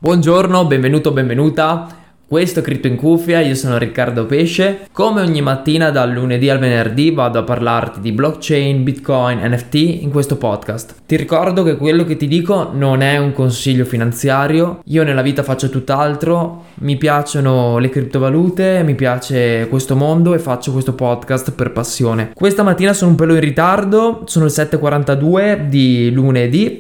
Buongiorno, benvenuto, benvenuta. Questo è Crypto in Cuffia, io sono Riccardo Pesce. Come ogni mattina dal lunedì al venerdì vado a parlarti di blockchain, bitcoin, NFT in questo podcast. Ti ricordo che quello che ti dico non è un consiglio finanziario. Io nella vita faccio tutt'altro, mi piacciono le criptovalute, mi piace questo mondo e faccio questo podcast per passione. Questa mattina sono un pelo in ritardo, sono le 7:42 di lunedì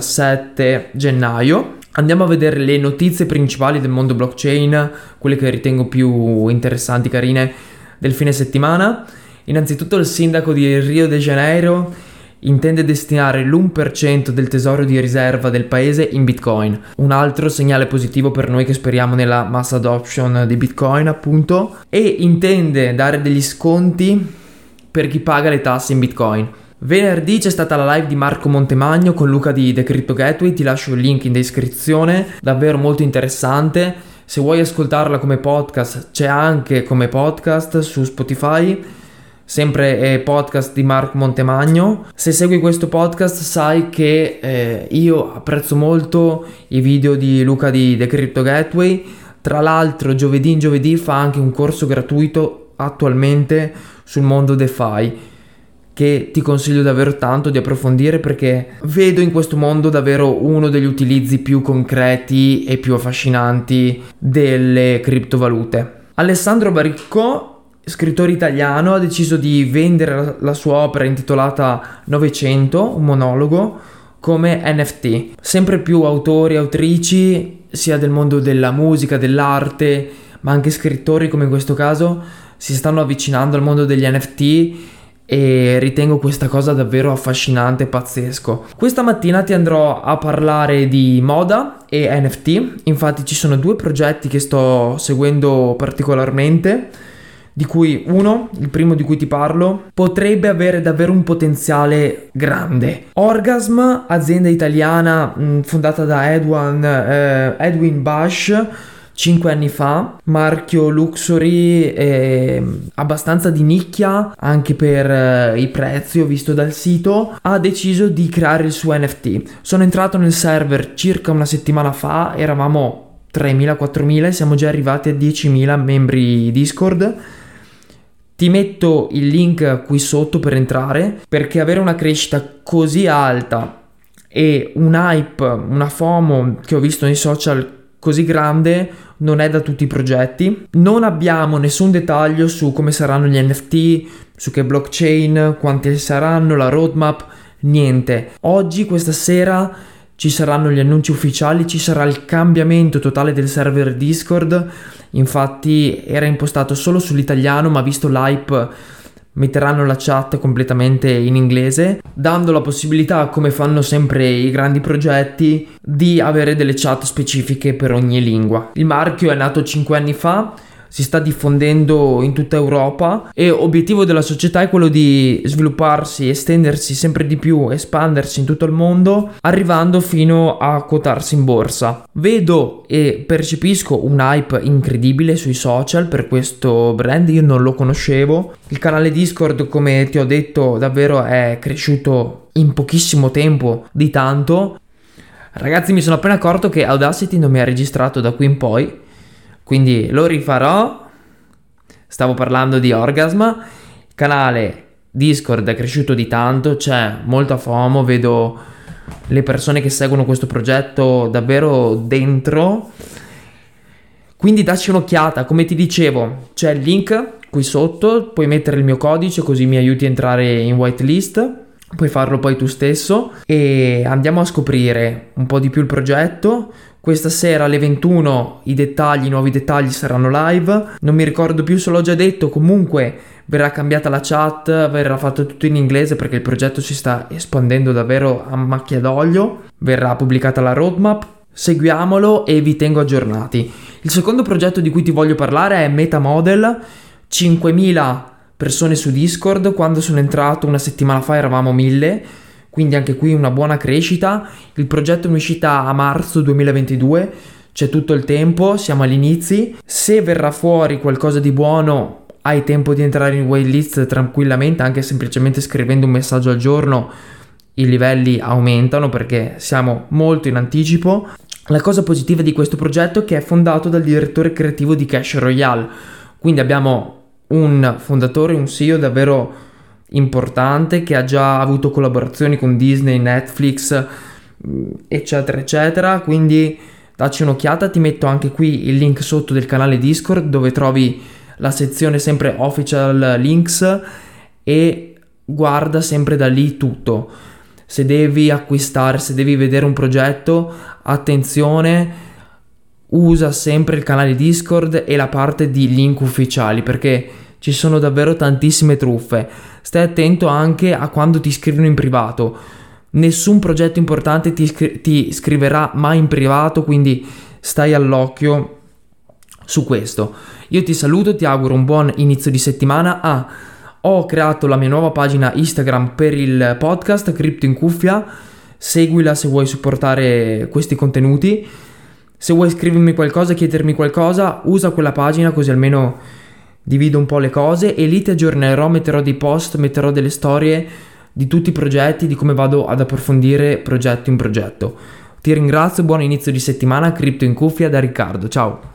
17 gennaio. Andiamo a vedere le notizie principali del mondo blockchain, quelle che ritengo più interessanti, carine del fine settimana. Innanzitutto il sindaco di Rio de Janeiro intende destinare l'1% del tesoro di riserva del paese in Bitcoin. Un altro segnale positivo per noi che speriamo nella mass adoption di Bitcoin, appunto, e intende dare degli sconti per chi paga le tasse in Bitcoin. Venerdì c'è stata la live di Marco Montemagno con Luca di The Crypto Gateway, ti lascio il link in descrizione, davvero molto interessante. Se vuoi ascoltarla come podcast c'è anche come podcast su Spotify, sempre podcast di Marco Montemagno. Se segui questo podcast sai che io apprezzo molto i video di Luca di The Crypto Gateway. Tra l'altro giovedì in giovedì fa anche un corso gratuito attualmente sul mondo DeFi, che ti consiglio davvero tanto di approfondire, perché vedo in questo mondo davvero uno degli utilizzi più concreti e più affascinanti delle criptovalute. Alessandro Baricco, scrittore italiano, ha deciso di vendere la sua opera intitolata 900, un monologo, come NFT. Sempre più autori e autrici, sia del mondo della musica, dell'arte, ma anche scrittori come in questo caso, si stanno avvicinando al mondo degli NFT e ritengo questa cosa davvero affascinante e pazzesco. Questa mattina ti andrò a parlare di moda e NFT. Infatti ci sono due progetti che sto seguendo particolarmente, di cui uno, il primo di cui ti parlo, potrebbe avere davvero un potenziale grande. Orgasm, azienda italiana fondata da Edwin Bush 5 anni fa, marchio luxury, abbastanza di nicchia anche per i prezzi, ho visto dal sito, ha deciso di creare il suo NFT. Sono entrato nel server circa una settimana fa, eravamo 3.000-4.000 e siamo già arrivati a 10.000 membri Discord. Ti metto il link qui sotto per entrare, perché avere una crescita così alta e un hype, una FOMO che ho visto nei social così grande non è da tutti i progetti. Non abbiamo nessun dettaglio su come saranno gli NFT, su che blockchain, quanti saranno, la roadmap, niente. Oggi, questa sera, ci saranno gli annunci ufficiali, ci sarà il cambiamento totale del server Discord. Infatti era impostato solo sull'italiano, ma visto l'hype metteranno la chat completamente in inglese, dando la possibilità, come fanno sempre i grandi progetti, di avere delle chat specifiche per ogni lingua. Il marchio è nato 5 anni fa, si sta diffondendo in tutta Europa e obiettivo della società è quello di svilupparsi, estendersi sempre di più, espandersi in tutto il mondo, arrivando fino a quotarsi in borsa. Vedo e percepisco un hype incredibile sui social per questo brand, io non lo conoscevo. Il canale Discord, come ti ho detto, davvero è cresciuto in pochissimo tempo di tanto. Ragazzi, mi sono appena accorto che Audacity non mi ha registrato da qui in poi, quindi lo rifarò. Stavo parlando di Orgasm. Il canale Discord è cresciuto di tanto, c'è molta FOMO, vedo le persone che seguono questo progetto davvero dentro, quindi dacci un'occhiata. Come ti dicevo, c'è il link qui sotto, puoi mettere il mio codice così mi aiuti a entrare in whitelist, puoi farlo poi tu stesso e andiamo a scoprire un po' di più il progetto. Questa sera alle 21 i nuovi dettagli saranno live. Non mi ricordo più se l'ho già detto, comunque verrà cambiata la chat, verrà fatto tutto in inglese perché il progetto si sta espandendo davvero a macchia d'olio. Verrà pubblicata la roadmap, seguiamolo e vi tengo aggiornati. Il secondo progetto di cui ti voglio parlare è MetaModel. 5.000 persone su Discord, quando sono entrato una settimana fa eravamo 1.000. Quindi anche qui una buona crescita. Il progetto è in uscita a marzo 2022, c'è tutto il tempo, siamo agli inizi. Se verrà fuori qualcosa di buono hai tempo di entrare in waitlist tranquillamente, anche semplicemente scrivendo un messaggio al giorno i livelli aumentano perché siamo molto in anticipo. La cosa positiva di questo progetto è che è fondato dal direttore creativo di Cash Royale, quindi abbiamo un fondatore, un CEO davvero importante che ha già avuto collaborazioni con Disney, Netflix, eccetera eccetera. Quindi dacci un'occhiata, ti metto anche qui il link sotto del canale Discord dove trovi la sezione sempre official links e guarda sempre da lì tutto. Se devi acquistare, se devi vedere un progetto, attenzione, usa sempre il canale Discord e la parte di link ufficiali, perché ci sono davvero tantissime truffe. Stai attento anche a quando ti scrivono in privato. Nessun progetto importante ti scriverà mai in privato, quindi stai all'occhio su questo. Io ti saluto, ti auguro un buon inizio di settimana. Ho creato la mia nuova pagina Instagram per il podcast Crypto in Cuffia, seguila se vuoi supportare questi contenuti. Se vuoi scrivermi qualcosa, chiedermi qualcosa, usa quella pagina così almeno divido un po' le cose e lì ti aggiornerò, metterò dei post, metterò delle storie di tutti i progetti, di come vado ad approfondire progetto in progetto. Ti ringrazio, buon inizio di settimana, Crypto in Cuffia da Riccardo, ciao!